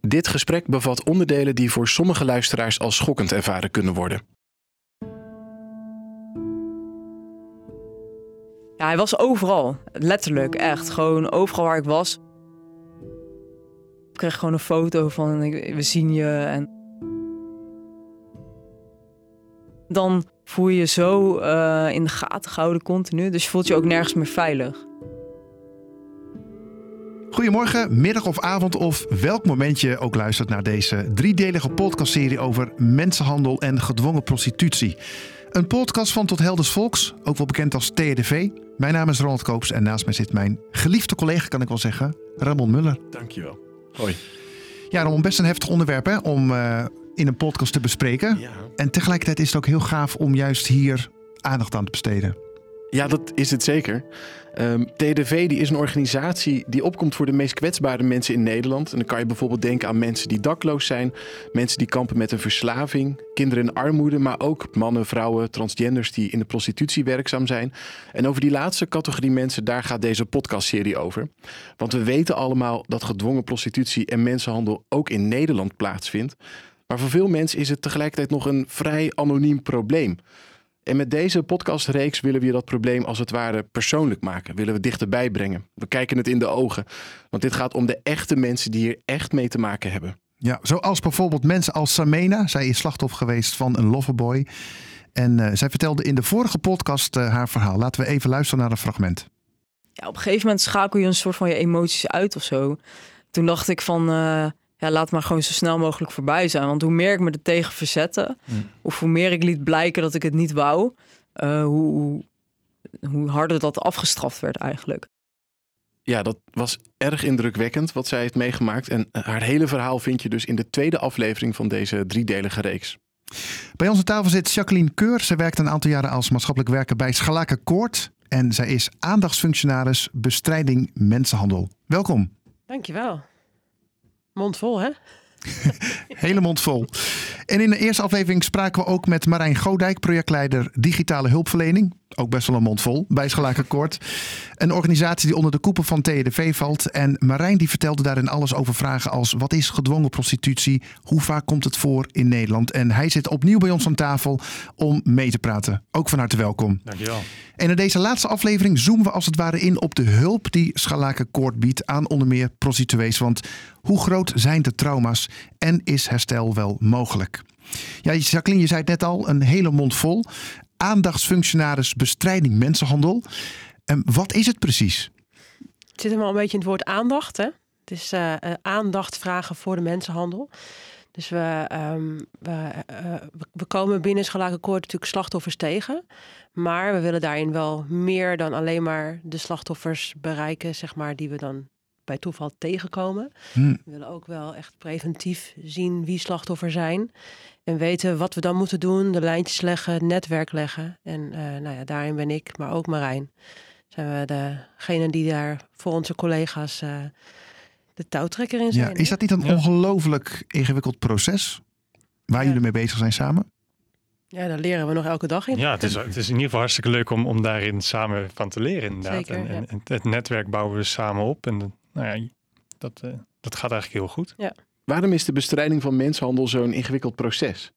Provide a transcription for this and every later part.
Dit gesprek bevat onderdelen die voor sommige luisteraars als schokkend ervaren kunnen worden. Ja, hij was overal. Letterlijk, echt. Gewoon overal waar ik was. Ik kreeg gewoon een foto van we zien je. En dan voel je je zo in de gaten gehouden continu. Dus je voelt je ook nergens meer veilig. Goedemorgen, middag of avond of welk moment je ook luistert naar deze driedelige podcastserie over mensenhandel en gedwongen prostitutie. Een podcast van Tot Helders Volks, ook wel bekend als TRDV. Mijn naam is Ronald Koops en naast mij zit mijn geliefde collega, kan ik wel zeggen, Ramon Muller. Dankjewel. Hoi. Ja, Ramon, best een heftig onderwerp hè, om in een podcast te bespreken. Ja. En tegelijkertijd is het ook heel gaaf om juist hier aandacht aan te besteden. Ja, dat is het zeker. TDV die is een organisatie die opkomt voor de meest kwetsbare mensen in Nederland. En dan kan je bijvoorbeeld denken aan mensen die dakloos zijn, mensen die kampen met een verslaving, kinderen in armoede, maar ook mannen, vrouwen, transgenders die in de prostitutie werkzaam zijn. En over die laatste categorie mensen, daar gaat deze podcastserie over. Want we weten allemaal dat gedwongen prostitutie en mensenhandel ook in Nederland plaatsvindt. Maar voor veel mensen is het tegelijkertijd nog een vrij anoniem probleem. En met deze podcastreeks willen we je dat probleem als het ware persoonlijk maken. Willen we dichterbij brengen. We kijken het in de ogen. Want dit gaat om de echte mensen die hier echt mee te maken hebben. Ja, zoals bijvoorbeeld mensen als Samena. Zij is slachtoffer geweest van een loverboy. En zij vertelde in de vorige podcast haar verhaal. Laten we even luisteren naar een fragment. Ja, op een gegeven moment schakel je een soort van je emoties uit of zo. Toen dacht ik van, laat maar gewoon zo snel mogelijk voorbij zijn. Want hoe meer ik me er tegen verzette, of hoe meer ik liet blijken dat ik het niet wou, hoe harder dat afgestraft werd eigenlijk. Ja, dat was erg indrukwekkend wat zij heeft meegemaakt. En haar hele verhaal vind je dus in de tweede aflevering van deze driedelige reeks. Bij ons aan tafel zit Jacqueline Keur. Zij werkt een aantal jaren als maatschappelijk werker bij Schalaken Koord. En zij is aandachtsfunctionaris bestrijding mensenhandel. Welkom. Dankjewel. Mond vol, hè? Hele mond vol. En in de eerste aflevering spraken we ook met Marijn Godijk, projectleider digitale hulpverlening. Ook best wel een mond vol, bij Schalaken Koord. Een organisatie die onder de koepel van TRDV valt. En Marijn die vertelde daarin alles over vragen als: wat is gedwongen prostitutie? Hoe vaak komt het voor in Nederland? En hij zit opnieuw bij ons aan tafel om mee te praten. Ook van harte welkom. Dankjewel. En in deze laatste aflevering zoomen we als het ware in op de hulp die Schalaken Koord biedt aan onder meer prostituees. Want hoe groot zijn de trauma's en is herstel wel mogelijk? Ja, Jacqueline, je zei het net al, een hele mond vol. Aandachtsfunctionaris bestrijding mensenhandel. Wat is het precies? Het zit helemaal een beetje in het woord aandacht, hè? Het is aandacht vragen voor de mensenhandel. Dus we komen binnen Schalaken Koord natuurlijk slachtoffers tegen. Maar we willen daarin wel meer dan alleen maar de slachtoffers bereiken, zeg maar, die we dan bij toeval tegenkomen. We willen ook wel echt preventief zien wie slachtoffer zijn. En weten wat we dan moeten doen, de lijntjes leggen, het netwerk leggen. En daarin ben ik, maar ook Marijn. Zijn we degene die daar voor onze collega's de touwtrekker in zijn. Ja, is dat niet een ongelooflijk ingewikkeld proces waar jullie mee bezig zijn samen? Ja, daar leren we nog elke dag in. Ja, het is in ieder geval hartstikke leuk om daarin samen van te leren inderdaad. Zeker, en het netwerk bouwen we samen op. En dat gaat eigenlijk heel goed. Ja. Waarom is de bestrijding van mensenhandel zo'n ingewikkeld proces?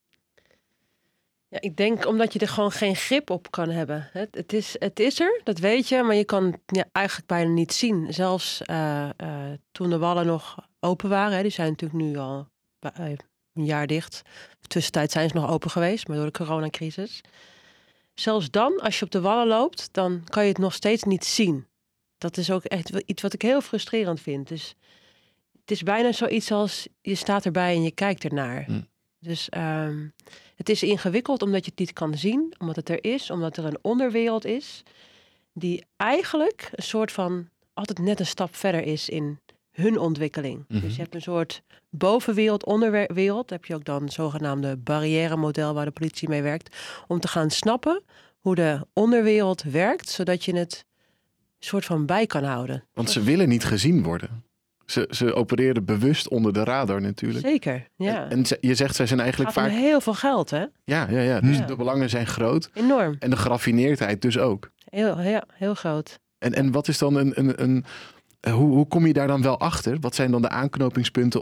Ja, ik denk omdat je er gewoon geen grip op kan hebben. Het is er, dat weet je, maar je kan het eigenlijk bijna niet zien. Zelfs toen de wallen nog open waren, die zijn natuurlijk nu al een jaar dicht. Tussentijd zijn ze nog open geweest, maar door de coronacrisis. Zelfs dan, als je op de wallen loopt, dan kan je het nog steeds niet zien. Dat is ook echt iets wat ik heel frustrerend vind. Dus het is bijna zoiets als je staat erbij en je kijkt ernaar. Dus het is ingewikkeld omdat je het niet kan zien, omdat het er is, omdat er een onderwereld is die eigenlijk een soort van altijd net een stap verder is in hun ontwikkeling. Dus je hebt een soort bovenwereld, onderwereld. Heb je ook dan een zogenaamde barrière-model waar de politie mee werkt, om te gaan snappen hoe de onderwereld werkt, zodat je het soort van bij kan houden. Want ze willen niet gezien worden. Ze opereren bewust onder de radar natuurlijk. Zeker, ja. En je zegt, zij zijn eigenlijk Het gaat vaak... om heel veel geld, hè? Ja. Dus de belangen zijn groot. Enorm. En de geraffineerdheid dus ook. Heel groot. En wat is dan hoe kom je daar dan wel achter? Wat zijn dan de aanknopingspunten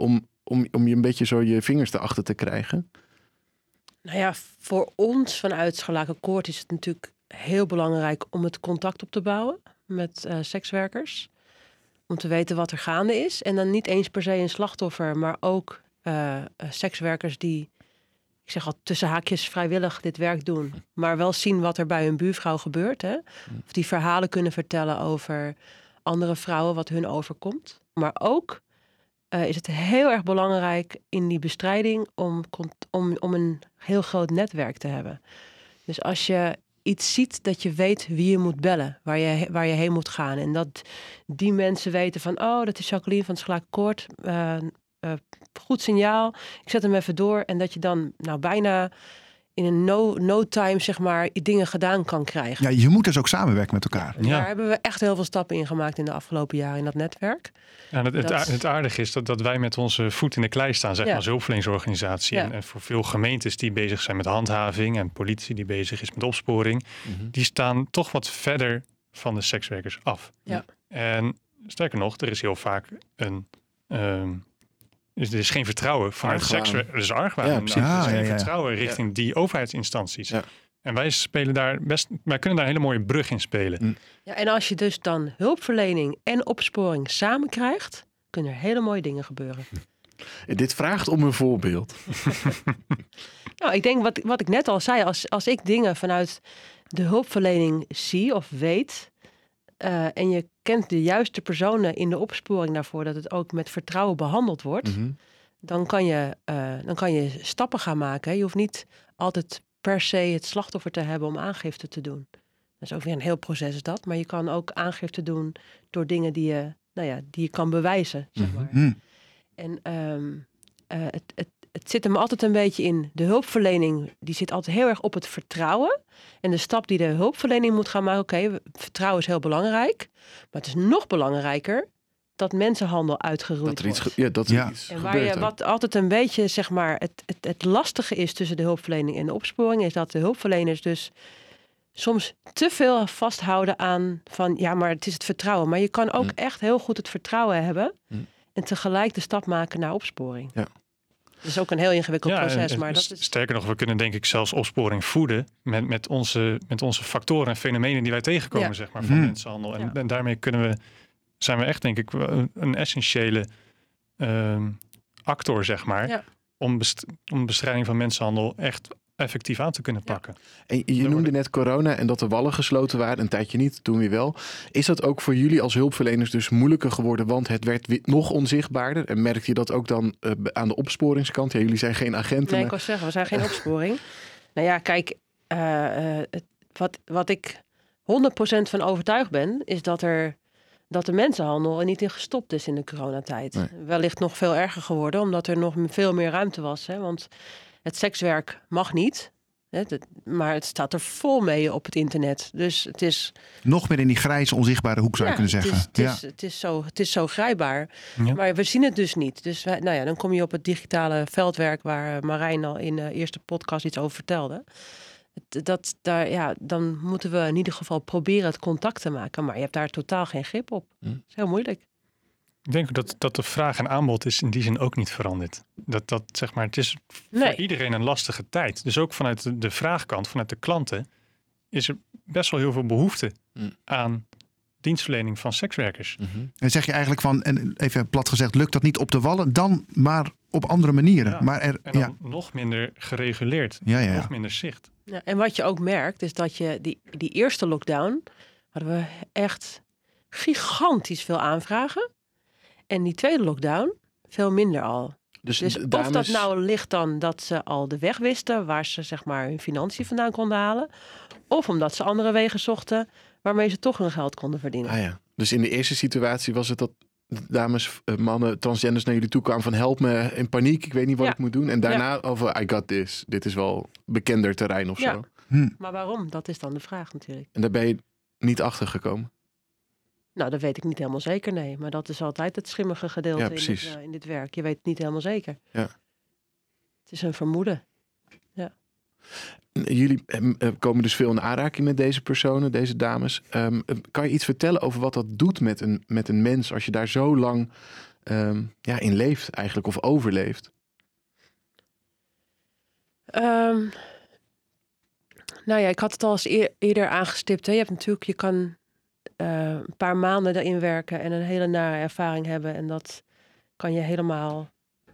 om je een beetje zo je vingers erachter te krijgen? Nou ja, voor ons vanuit Schalaken Koord is het natuurlijk heel belangrijk om het contact op te bouwen met sekswerkers. Om te weten wat er gaande is. En dan niet eens per se een slachtoffer, maar ook sekswerkers die, ik zeg al tussen haakjes, vrijwillig dit werk doen. Maar wel zien wat er bij hun buurvrouw gebeurt. Hè? Of die verhalen kunnen vertellen over andere vrouwen, wat hun overkomt. Maar ook is het heel erg belangrijk in die bestrijding om een heel groot netwerk te hebben. Dus als je iets ziet, dat je weet wie je moet bellen, waar je heen moet gaan. En dat die mensen weten van, dat is Jacqueline van het Schalaken Koord. Goed signaal, ik zet hem even door. En dat je dan bijna in een no time, zeg maar, dingen gedaan kan krijgen. Ja, je moet dus ook samenwerken met elkaar. Daar hebben we echt heel veel stappen in gemaakt in de afgelopen jaren in dat netwerk. Ja, het aardige is dat wij met onze voet in de klei staan, zeg maar, als hulpverleningsorganisatie. Ja. En voor veel gemeentes die bezig zijn met handhaving en politie die bezig is met opsporing, die staan toch wat verder van de sekswerkers af. Ja. En sterker nog, er is heel vaak er is geen vertrouwen vanuit sekswerkers. Er is argwaan. Ja, Er precies. is geen vertrouwen richting die overheidsinstanties. Ja. En wij kunnen daar een hele mooie brug in spelen. Ja, en als je dus dan hulpverlening en opsporing samen krijgt, kunnen er hele mooie dingen gebeuren. Dit vraagt om een voorbeeld. Nou, ik denk wat ik net al zei, als ik dingen vanuit de hulpverlening zie of weet, en je kent de juiste personen in de opsporing daarvoor, dat het ook met vertrouwen behandeld wordt, dan kan je stappen gaan maken. Je hoeft niet altijd per se het slachtoffer te hebben om aangifte te doen. Dat is ook weer een heel proces is dat. Maar je kan ook aangifte doen door dingen die je kan bewijzen, zeg maar. En het zit hem altijd een beetje in. De hulpverlening, die zit altijd heel erg op het vertrouwen. En de stap die de hulpverlening moet gaan maken, vertrouwen is heel belangrijk. Maar het is nog belangrijker dat mensenhandel uitgeroeid wordt. Dat er iets en gebeurt. Wat altijd een beetje, zeg maar, het lastige is tussen de hulpverlening en de opsporing, is dat de hulpverleners dus soms te veel vasthouden aan van, ja, maar het is het vertrouwen. Maar je kan ook echt heel goed het vertrouwen hebben en tegelijk de stap maken naar opsporing. Ja. Dat is ook een heel ingewikkeld proces. Maar dat is... Sterker nog, we kunnen denk ik zelfs opsporing voeden met onze factoren en fenomenen die wij tegenkomen, zeg maar, van mensenhandel. En daarmee zijn we echt, denk ik, een essentiële actor, zeg maar, om bestrijding van mensenhandel echt effectief aan te kunnen pakken. En je noemde net corona en dat de wallen gesloten waren, een tijdje niet, toen weer wel. Is dat ook voor jullie als hulpverleners dus moeilijker geworden, want het werd nog onzichtbaarder? En merk je dat ook dan aan de opsporingskant? Ja, jullie zijn geen agenten. Nee, ik wou zeggen, we zijn geen opsporing. Nou ja, kijk, wat ik 100% van overtuigd ben, is dat de mensenhandel er niet in gestopt is in de coronatijd. Nee. Wellicht nog veel erger geworden, omdat er nog veel meer ruimte was. Hè? Want het sekswerk mag niet, maar het staat er vol mee op het internet. Dus het is nog meer in die grijze, onzichtbare hoek zou je kunnen zeggen. Het is zo grijpbaar. Ja. Maar we zien het dus niet. Dus dan kom je op het digitale veldwerk waar Marijn al in de eerste podcast iets over vertelde. Dan moeten we in ieder geval proberen het contact te maken. Maar je hebt daar totaal geen grip op. Dat is heel moeilijk. Ik denk dat de vraag en aanbod is in die zin ook niet veranderd. Dat zeg maar, het is voor iedereen een lastige tijd. Dus ook vanuit de vraagkant, vanuit de klanten, is er best wel heel veel behoefte aan dienstverlening van sekswerkers. En zeg je eigenlijk van, en even plat gezegd, lukt dat niet op de wallen, dan maar op andere manieren. Ja, maar nog minder gereguleerd, nog minder zicht. Ja, en wat je ook merkt, is dat je die eerste lockdown hadden we echt gigantisch veel aanvragen. En die tweede lockdown veel minder al. Dus of dat nou ligt dan dat ze al de weg wisten waar ze, zeg maar, hun financiën vandaan konden halen, of omdat ze andere wegen zochten waarmee ze toch hun geld konden verdienen. Ah ja. Dus in de eerste situatie was het dat dames, mannen, transgenders naar jullie toe kwamen van help me, in paniek, ik weet niet wat ik moet doen. En daarna over I got this. Dit is wel bekender terrein of zo. Maar waarom? Dat is dan de vraag natuurlijk. En daar ben je niet achter gekomen? Nou, dat weet ik niet helemaal zeker, nee. Maar dat is altijd het schimmige gedeelte in dit werk. Je weet het niet helemaal zeker. Ja. Het is een vermoeden. Ja. Jullie komen dus veel in aanraking met deze personen, deze dames. Kan je iets vertellen over wat dat doet met een mens als je daar zo lang in leeft eigenlijk of overleeft? Nou ja, ik had het al eens eerder aangestipt. Hè. Je kan een paar maanden erin werken en een hele nare ervaring hebben. En dat kan je helemaal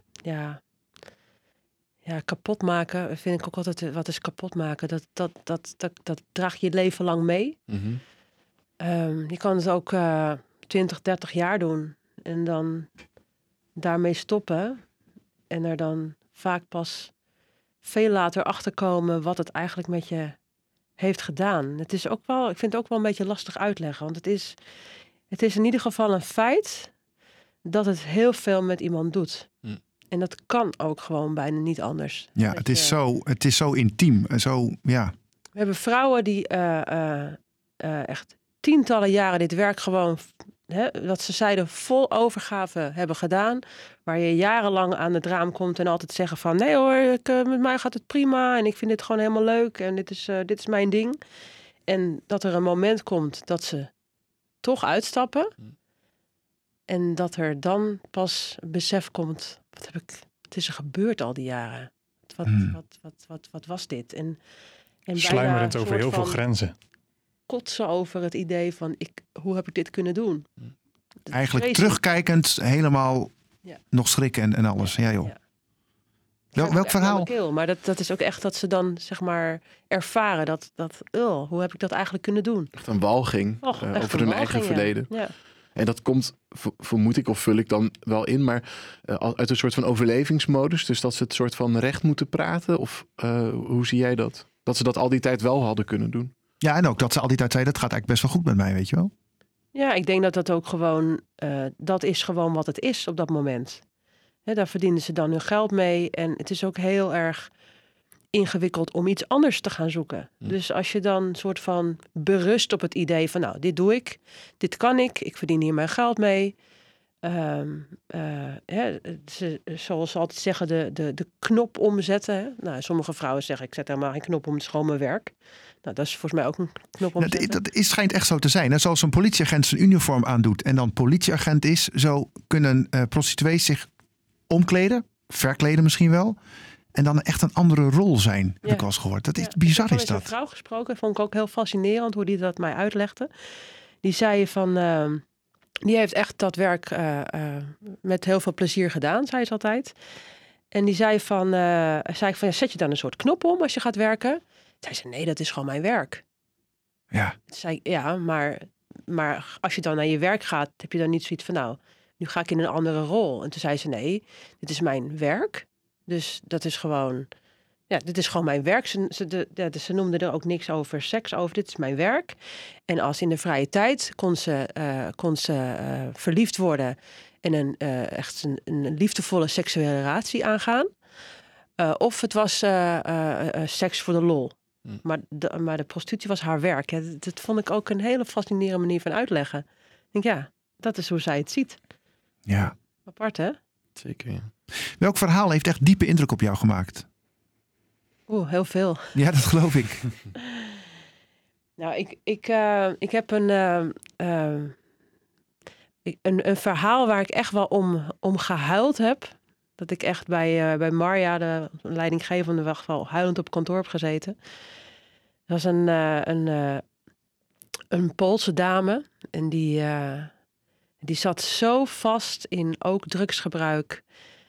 kapot maken. Vind ik ook altijd, wat is kapot maken? Dat draag je leven lang mee. Mm-hmm. Je kan het ook 20, 30 jaar doen. En dan daarmee stoppen. En er dan vaak pas veel later achterkomen wat het eigenlijk met je heeft gedaan. Het is ook wel, ik vind het ook wel een beetje lastig uitleggen. Want het is in ieder geval een feit dat het heel veel met iemand doet. En dat kan ook gewoon bijna niet anders. Ja, het is zo intiem. Zo, ja. We hebben vrouwen die echt tientallen jaren dit werk gewoon, wat ze zeiden, vol overgave hebben gedaan. Waar je jarenlang aan het raam komt en altijd zeggen van, nee hoor, met mij gaat het prima en ik vind dit gewoon helemaal leuk en dit is mijn ding. En dat er een moment komt dat ze toch uitstappen. En dat er dan pas besef komt, het is er gebeurd al die jaren. Wat was dit? En sluimerend over heel veel grenzen. Kotsen over het idee van, hoe heb ik dit kunnen doen? Eigenlijk terugkijkend helemaal nog schrikken en alles. Ja joh. Ja. Welk verhaal? Keel, maar dat is ook echt dat ze dan zeg maar ervaren hoe heb ik dat eigenlijk kunnen doen? Echt een walging over hun eigen verleden. Ja. En dat komt, vermoed ik, of vul ik dan wel in, maar uit een soort van overlevingsmodus. Dus dat ze het soort van recht moeten praten. Of hoe zie jij dat? Dat ze dat al die tijd wel hadden kunnen doen. Ja, en ook dat ze al die tijd zeiden, dat gaat eigenlijk best wel goed met mij, weet je wel. Ja, ik denk dat ook gewoon, dat is gewoon wat het is op dat moment. Daar verdienen ze dan hun geld mee. En het is ook heel erg ingewikkeld om iets anders te gaan zoeken. Dus als je dan soort van berust op het idee van, nou, dit doe ik, dit kan ik verdien hier mijn geld mee. Zoals ze altijd zeggen, de knop omzetten. Hè? Nou, sommige vrouwen zeggen, ik zet helemaal geen knop om, het is gewoon mijn werk. Nou, dat is volgens mij ook een knop omzetten. Dat schijnt echt zo te zijn. Hè? Zoals een politieagent zijn uniform aandoet en dan politieagent is, zo kunnen prostituees zich omkleden, verkleden misschien wel. En dan echt een andere rol zijn, heb ik al eens gehoord. Dat is bizar, is dat. Ik heb een vrouw gesproken, vond ik ook heel fascinerend hoe die dat mij uitlegde. Die zei van, die heeft echt dat werk met heel veel plezier gedaan, zei ze altijd. En die zei van, zet je dan een soort knop om als je gaat werken? Zei ze, nee, dat is gewoon mijn werk. Ja. Zei, ja, maar als je dan naar je werk gaat, heb je dan niet zoiets van, nou, nu ga ik in een andere rol. En toen zei ze, nee, dit is mijn werk. Dus dat is gewoon, dit is gewoon mijn werk. Ze noemde er ook niks over seks over. Dit is mijn werk. En als in de vrije tijd kon ze verliefd worden en echt een liefdevolle seksuele relatie aangaan. Of het was seks voor de lol. Maar de prostitutie was haar werk. Ja, dat vond ik ook een hele fascinerende manier van uitleggen. Ik denk, dat is hoe zij het ziet. Ja. Apart, hè? Zeker, ja. Welk verhaal heeft echt diepe indruk op jou gemaakt? Heel veel. Ja, dat geloof ik. Nou, ik heb een verhaal waar ik echt wel om gehuild heb. Dat ik echt bij Marja, de leidinggevende, wel huilend op kantoor heb gezeten. Dat was een Poolse dame. En die zat zo vast in ook drugsgebruik.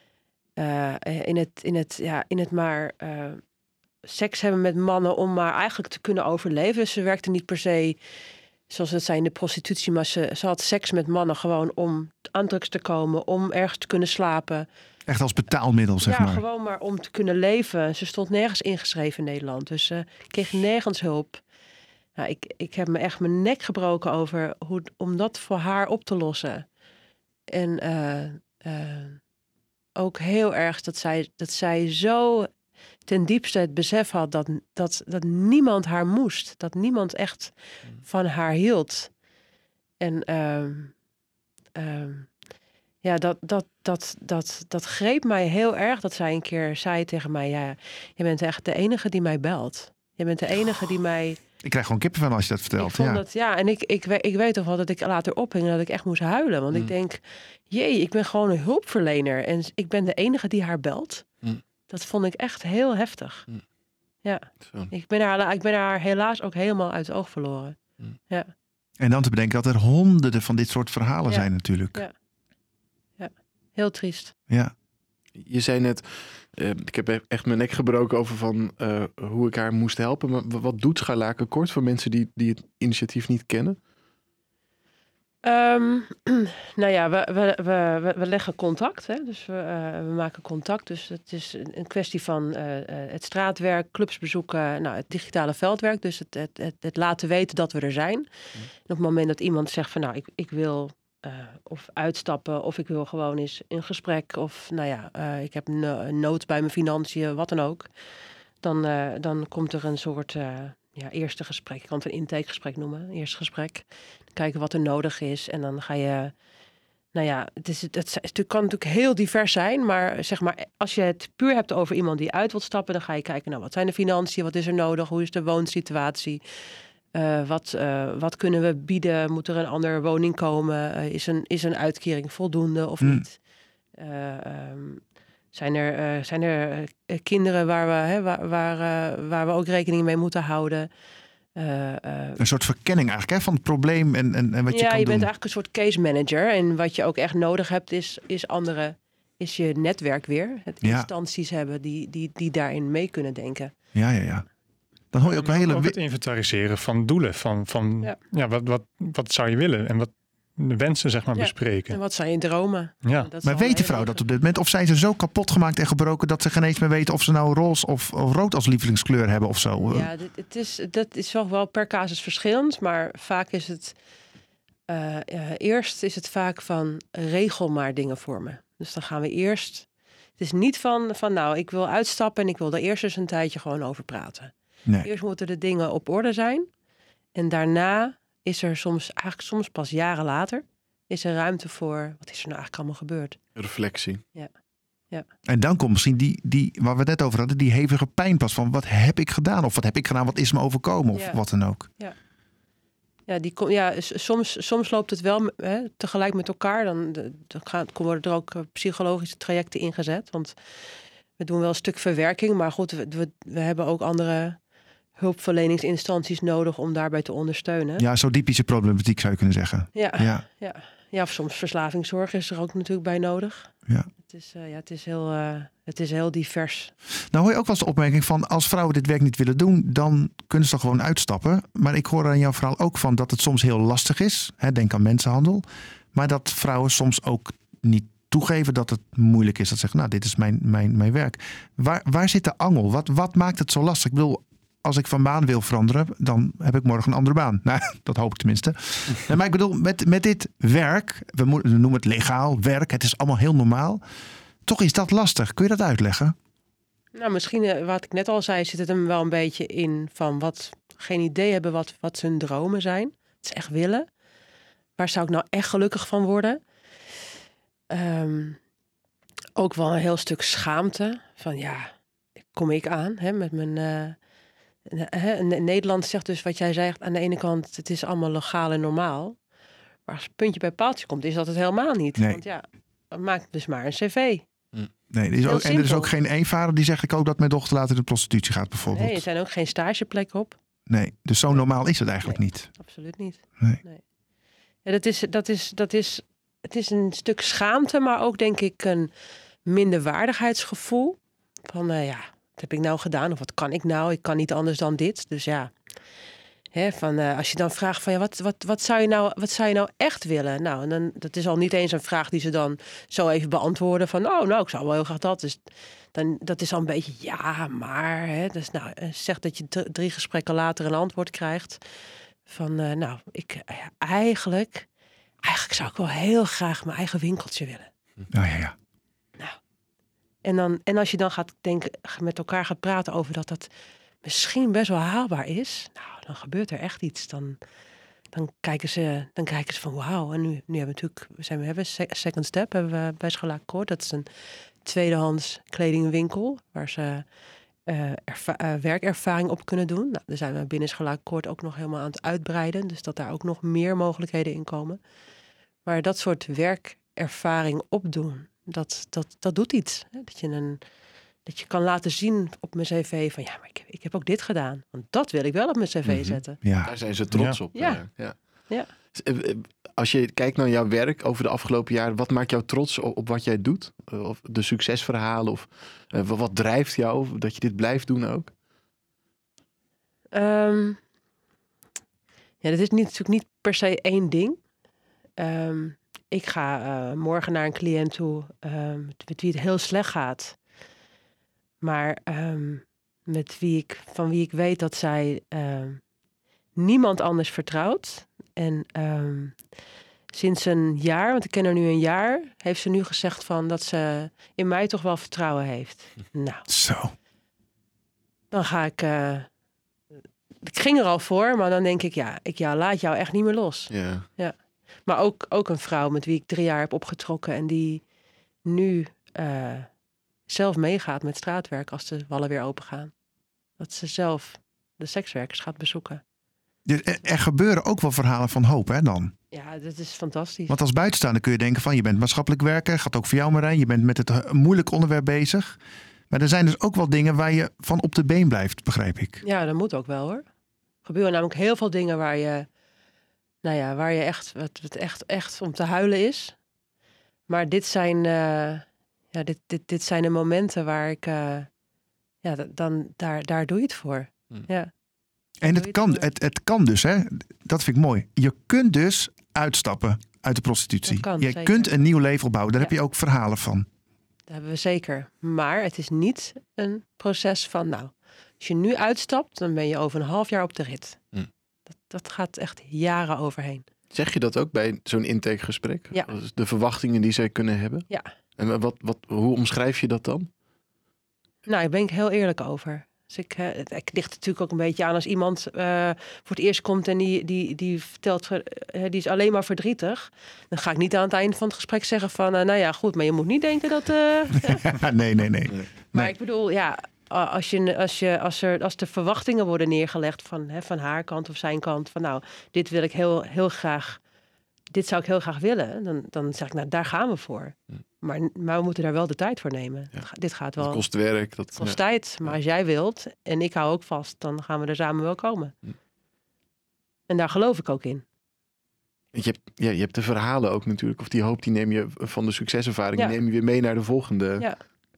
In het maar seks hebben met mannen om maar eigenlijk te kunnen overleven. Ze werkte niet per se, zoals het zei, in de prostitutie, maar ze had seks met mannen gewoon om aan drugs te komen, om ergens te kunnen slapen. Echt als betaalmiddel, zeg maar. Ja, gewoon maar om te kunnen leven. Ze stond nergens ingeschreven in Nederland, dus ze kreeg nergens hulp. Nou, ik heb me echt mijn nek gebroken over om dat voor haar op te lossen. En ook heel erg dat zij zo ten diepste het besef had dat niemand haar moest. Dat niemand echt van haar hield. En dat greep mij heel erg. Dat zij een keer zei tegen mij, je bent echt de enige die mij belt. Je bent de enige die mij Ik krijg gewoon kippen van als je dat vertelt. Ik vond dat, en ik weet toch wel dat ik later ophing en dat ik echt moest huilen. Want ik denk, ik ben gewoon een hulpverlener. En ik ben de enige die haar belt. Dat vond ik echt heel heftig. Ja, ik ben haar helaas ook helemaal uit het oog verloren. Ja. En dan te bedenken dat er honderden van dit soort verhalen zijn natuurlijk. Ja, heel triest. Ja. Je zei net, ik heb echt mijn nek gebroken over van hoe ik haar moest helpen. Maar wat doet Scharlaken Kort voor mensen die het initiatief niet kennen? Nou ja, we leggen contact. Hè? Dus we maken contact. Dus het is een kwestie van het straatwerk, clubs bezoeken, het digitale veldwerk. Dus het laten weten dat we er zijn. En op het moment dat iemand zegt van ik wil of uitstappen of ik wil gewoon eens in gesprek. Of ik heb een nood bij mijn financiën, wat dan ook. Dan komt er een soort eerste gesprek. Ik kan het een intakegesprek noemen. Eerste gesprek. Kijken wat er nodig is. En dan ga je... het kan natuurlijk heel divers zijn. Maar zeg maar, als je het puur hebt over iemand die uit wilt stappen... dan ga je kijken, wat zijn de financiën? Wat is er nodig? Hoe is de woonsituatie? Wat kunnen we bieden? Moet er een andere woning komen? Is een uitkering voldoende of niet? Zijn er kinderen waar we ook rekening mee moeten houden? Een soort verkenning eigenlijk van het probleem en wat je kan doen. Ja, je bent eigenlijk een soort case manager. En wat je ook echt nodig hebt is je netwerk weer. Het instanties hebben die daarin mee kunnen denken. Ja. Dan hoor je ook ook het inventariseren van doelen. Wat zou je willen? En wat de wensen zeg maar bespreken. En wat zijn je dromen? Ja. Maar weet de vrouw dat op dit moment? Of zijn ze zo kapot gemaakt en gebroken dat ze geen eens meer weten of ze nou roze of rood als lievelingskleur hebben of zo? Ja, dat is wel per casus verschillend. Maar vaak is het... eerst is het vaak van regel maar dingen voor me. Dus dan gaan we eerst... Het is niet van ik wil uitstappen en ik wil er eerst eens een tijdje gewoon over praten. Nee. Eerst moeten de dingen op orde zijn. En daarna is er soms pas jaren later, is er ruimte voor, wat is er nou eigenlijk allemaal gebeurd? Reflectie. Ja. En dan komt misschien die waar we het net over hadden, die hevige pijn pas van, wat heb ik gedaan? Of wat heb ik gedaan, wat is me overkomen? Of wat dan ook. Soms loopt het wel tegelijk met elkaar. Dan worden er ook psychologische trajecten ingezet. Want we doen wel een stuk verwerking. Maar goed, we hebben ook andere hulpverleningsinstanties nodig om daarbij te ondersteunen. Ja, zo typische problematiek zou je kunnen zeggen. Ja, of soms verslavingszorg is er ook natuurlijk bij nodig. Ja. Het is heel divers. Nou hoor je ook wel eens de opmerking van, als vrouwen dit werk niet willen doen, dan kunnen ze toch gewoon uitstappen. Maar ik hoor aan jouw verhaal ook van dat het soms heel lastig is. Denk aan mensenhandel. Maar dat vrouwen soms ook niet toegeven dat het moeilijk is. Dat zeggen, dit is mijn werk. Waar zit de angel? Wat maakt het zo lastig? Ik bedoel, als ik van baan wil veranderen, dan heb ik morgen een andere baan. Nou, dat hoop ik tenminste. Maar ik bedoel, met dit werk, we noemen het legaal werk, het is allemaal heel normaal. Toch is dat lastig. Kun je dat uitleggen? Nou, misschien wat ik net al zei, zit het hem wel een beetje in van geen idee hebben wat zijn dromen zijn. Het is echt willen. Waar zou ik nou echt gelukkig van worden? Ook wel een heel stuk schaamte. Van kom ik aan met mijn... Nederland zegt dus wat jij zegt. Aan de ene kant, het is allemaal legaal en normaal. Maar als het puntje bij paaltje komt, is dat het helemaal niet. Nee. Want maak dus maar een cv. Nee, er is ook geen één vader die zegt, ik hoop dat mijn dochter later in de prostitutie gaat bijvoorbeeld. Nee, er zijn ook geen stageplekken op. Nee, dus zo normaal is het eigenlijk niet. Absoluut niet. Nee. Ja, het is een stuk schaamte, maar ook denk ik een minderwaardigheidsgevoel. Van wat heb ik nou gedaan? Of wat kan ik nou? Ik kan niet anders dan dit. Dus als je dan vraagt van wat zou je nou echt willen? Nou, en dan, dat is al niet eens een vraag die ze dan zo even beantwoorden van ik zou wel heel graag dat. Dus dan, dat is al een beetje maar. Dus zeg dat je 3 gesprekken later een antwoord krijgt van eigenlijk zou ik wel heel graag mijn eigen winkeltje willen. Ja. En als je dan met elkaar gaat praten over dat misschien best wel haalbaar is, dan gebeurt er echt iets. Dan kijken ze van wauw. En nu hebben we hebben Second Step hebben we bij Scharlaken Kort. Dat is een tweedehands kledingwinkel waar ze werkervaring op kunnen doen. Nou, daar zijn we binnen Scharlakenkoord ook nog helemaal aan het uitbreiden. Dus dat daar ook nog meer mogelijkheden in komen. Maar dat soort werkervaring opdoen, dat doet iets. Hè? Dat je kan laten zien op mijn cv van ja, maar ik heb ook dit gedaan. Want dat wil ik wel op mijn cv zetten. Ja. Daar zijn ze trots op. Ja. Ja. Als je kijkt naar jouw werk over de afgelopen jaren, wat maakt jou trots op wat jij doet? Of de succesverhalen? Of wat drijft jou dat je dit blijft doen ook? Dat is natuurlijk niet per se één ding. Ik ga morgen naar een cliënt toe met wie het heel slecht gaat. Maar van wie ik weet dat zij niemand anders vertrouwt. En sinds een jaar, want ik ken haar nu een jaar, heeft ze nu gezegd van dat ze in mij toch wel vertrouwen heeft. Nou, Zo. dan ga ik... ik ging er al voor, maar dan denk ik, laat jou echt niet meer los. Ja. Maar ook een vrouw met wie ik 3 jaar heb opgetrokken en die nu zelf meegaat met straatwerk als de wallen weer open gaan. Dat ze zelf de sekswerkers gaat bezoeken. Er gebeuren ook wel verhalen van hoop, hè dan? Ja, dat is fantastisch. Want als buitenstaander kun je denken van je bent maatschappelijk werker, gaat ook voor jou Marijn, je bent met het moeilijk onderwerp bezig. Maar er zijn dus ook wel dingen waar je van op de been blijft, begrijp ik. Ja, dat moet ook wel hoor. Er gebeuren namelijk heel veel dingen waar je echt, wat echt om te huilen is. Maar dit zijn, dit zijn de momenten waar ik, daar doe je het voor. Ja. En het kan dus, hè? Dat vind ik mooi. Je kunt dus uitstappen uit de prostitutie. Je zeker. kunt een nieuw leven opbouwen. Daar heb je ook verhalen van. Dat hebben we zeker. Maar het is niet een proces van, als je nu uitstapt, dan ben je over een half jaar op de rit. Dat gaat echt jaren overheen. Zeg je dat ook bij zo'n intakegesprek? Ja. De verwachtingen die zij kunnen hebben? Ja. En hoe omschrijf je dat dan? Nou, daar ben ik heel eerlijk over. Dus ik ligt natuurlijk ook een beetje aan als iemand voor het eerst komt en die vertelt, die is alleen maar verdrietig. Dan ga ik niet aan het einde van het gesprek zeggen van, goed, maar je moet niet denken dat... Nee. Maar ik bedoel, als de verwachtingen worden neergelegd van haar kant of zijn kant, van dit wil ik heel graag, dit zou ik heel graag willen, dan zeg ik, daar gaan we voor. Maar we moeten daar wel de tijd voor nemen. Ja. Dit gaat wel. Het kost werk. Dat kost tijd. Maar als jij wilt en ik hou ook vast, dan gaan we er samen wel komen. En daar geloof ik ook in. Je hebt de verhalen ook natuurlijk. Of die hoop, die neem je van de succeservaring. Die neem je weer mee naar de volgende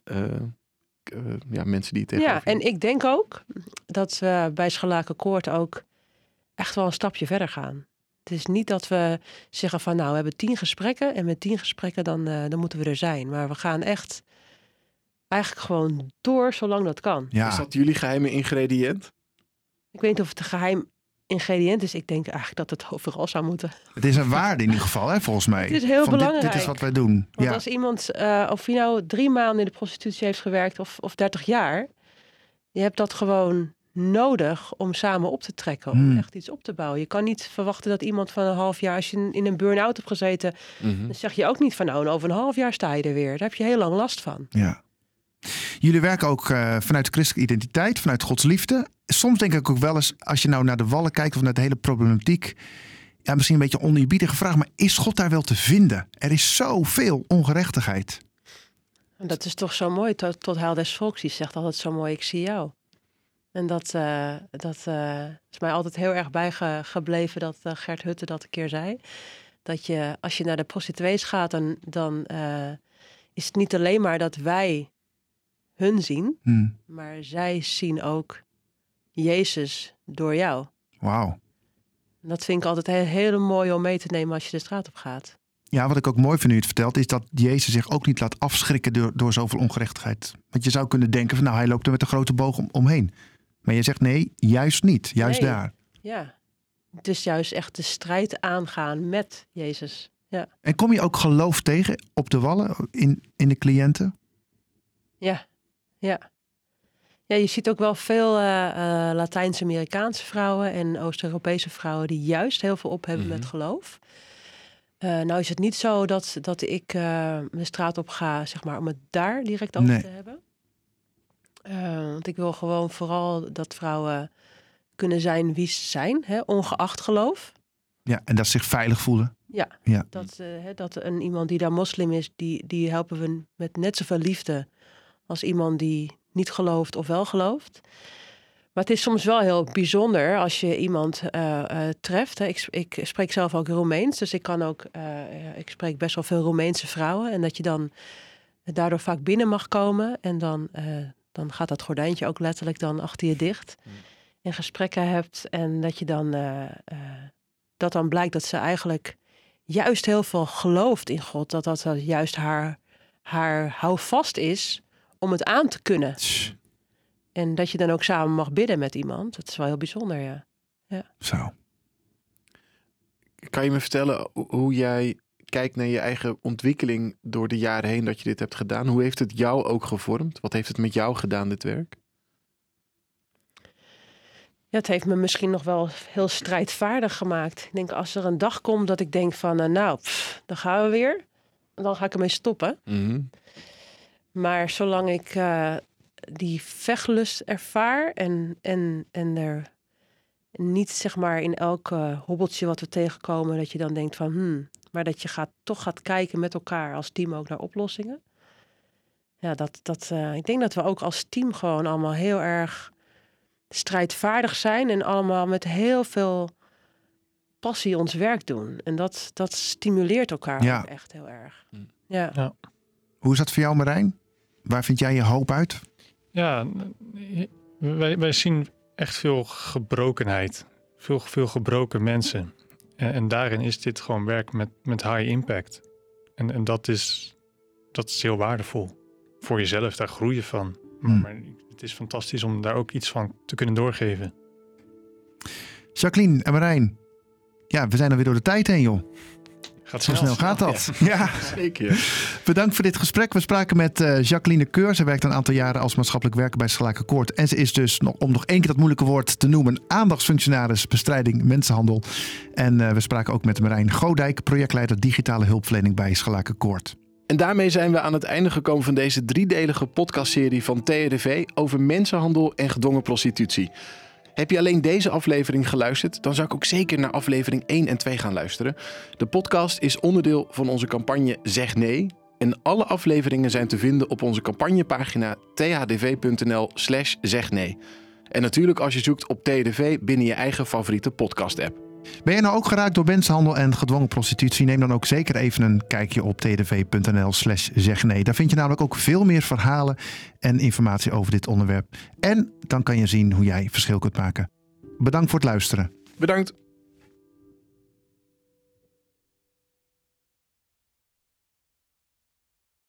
mensen die het tegenover. Ja, en ik denk ook dat we bij Scharlakenkoord ook echt wel een stapje verder gaan. Het is niet dat we zeggen van we hebben 10 gesprekken en met 10 gesprekken dan moeten we er zijn. Maar we gaan echt eigenlijk gewoon door zolang dat kan. Ja. Is dat jullie geheime ingrediënt? Ik weet niet of het een geheim ingrediënt is. Ik denk eigenlijk dat het overal zou moeten. Het is een waarde in ieder geval, hè, volgens mij. Het is heel belangrijk. Dit is wat wij doen. Want als iemand, of hij 3 maanden in de prostitutie heeft gewerkt of 30 jaar. Je hebt dat gewoon nodig om samen op te trekken. Om echt iets op te bouwen. Je kan niet verwachten dat iemand van een half jaar, als je in een burn-out hebt gezeten, dan zeg je ook niet van over een half jaar sta je er weer. Daar heb je heel lang last van. Ja. Jullie werken ook vanuit de christelijke identiteit, vanuit Gods liefde. Soms denk ik ook wel eens, als je naar de wallen kijkt of naar de hele problematiek, misschien een beetje oneerbiedige vraag, maar is God daar wel te vinden? Er is zoveel ongerechtigheid. En dat is toch zo mooi, tot heil des volks. Die zegt altijd zo mooi, ik zie jou. En dat is mij altijd heel erg bijgebleven dat Gert Hutte dat een keer zei. Dat je, als je naar de prostituees gaat, dan is het niet alleen maar dat wij hun zien, maar zij zien ook Jezus door jou. Wauw. Dat vind ik altijd heel mooi om mee te nemen als je de straat op gaat. Ja, wat ik ook mooi van u het vertelt, is dat Jezus zich ook niet laat afschrikken door zoveel ongerechtigheid. Want je zou kunnen denken van hij loopt er met een grote boog omheen. Maar je zegt nee, juist niet. Juist daar. Ja, dus juist echt de strijd aangaan met Jezus. Ja. En kom je ook geloof tegen op de wallen in de cliënten? Ja. Ja, je ziet ook wel veel Latijns-Amerikaanse vrouwen en Oost-Europese vrouwen die juist heel veel op hebben met geloof. Nou is het niet zo dat ik de straat op ga, zeg maar, om het daar direct over te hebben. Want Ik wil gewoon vooral dat vrouwen kunnen zijn wie ze zijn, ongeacht geloof. Ja, en dat ze zich veilig voelen. Ja. Dat iemand die daar moslim is, die helpen we met net zoveel liefde als iemand die niet gelooft of wel gelooft. Maar het is soms wel heel bijzonder als je iemand treft. Ik spreek zelf ook Roemeens, dus ik spreek best wel veel Roemeense vrouwen. En dat je dan daardoor vaak binnen mag komen. En dan gaat dat gordijntje ook letterlijk dan achter je dicht. En gesprekken hebt. En dat je dat dan blijkt dat ze eigenlijk juist heel veel gelooft in God. Dat juist haar houvast is om het aan te kunnen. En dat je dan ook samen mag bidden met iemand. Dat is wel heel bijzonder, ja. Zo. Kan je me vertellen hoe jij kijkt naar je eigen ontwikkeling door de jaren heen dat je dit hebt gedaan? Hoe heeft het jou ook gevormd? Wat heeft het met jou gedaan, dit werk? Ja, het heeft me misschien nog wel heel strijdvaardig gemaakt. Ik denk, als er een dag komt dat ik denk van, dan gaan we weer. Dan ga ik ermee stoppen. Mm-hmm. Maar zolang ik die vechtlust ervaar en er niet zeg maar in elk hobbeltje wat we tegenkomen, dat je dan denkt van, maar dat je toch gaat kijken met elkaar als team ook naar oplossingen. Ja, ik denk dat we ook als team gewoon allemaal heel erg strijdvaardig zijn en allemaal met heel veel passie ons werk doen. En dat stimuleert elkaar ook echt heel erg. Ja. Hoe is dat voor jou, Marijn? Waar vind jij je hoop uit? Ja, wij zien echt veel gebrokenheid. Veel gebroken mensen. En daarin is dit gewoon werk met high impact. En dat is heel waardevol. Voor jezelf, daar groei je van. Maar het is fantastisch om daar ook iets van te kunnen doorgeven. Jacqueline en Marijn. Ja, we zijn alweer door de tijd heen, joh. Zo snel gaat dat. Ja. Zeker. Bedankt voor dit gesprek. We spraken met Jacqueline Keur. Ze werkt een aantal jaren als maatschappelijk werker bij Schelaken Koord. En ze is dus, om nog één keer dat moeilijke woord te noemen, aandachtsfunctionaris bestrijding mensenhandel. En we spraken ook met Marijn Godijk, projectleider digitale hulpverlening bij Schelaken Koord. En daarmee zijn we aan het einde gekomen van deze 3-delige podcastserie van TRDV over mensenhandel en gedwongen prostitutie. Heb je alleen deze aflevering geluisterd? Dan zou ik ook zeker naar aflevering 1 en 2 gaan luisteren. De podcast is onderdeel van onze campagne Zeg Nee. En alle afleveringen zijn te vinden op onze campagnepagina thdv.nl/zegnee. En natuurlijk als je zoekt op TRDV binnen je eigen favoriete podcast-app. Ben je nou ook geraakt door mensenhandel en gedwongen prostitutie? Neem dan ook zeker even een kijkje op trdv.nl/zegnee. Daar vind je namelijk ook veel meer verhalen en informatie over dit onderwerp. En dan kan je zien hoe jij verschil kunt maken. Bedankt voor het luisteren. Bedankt.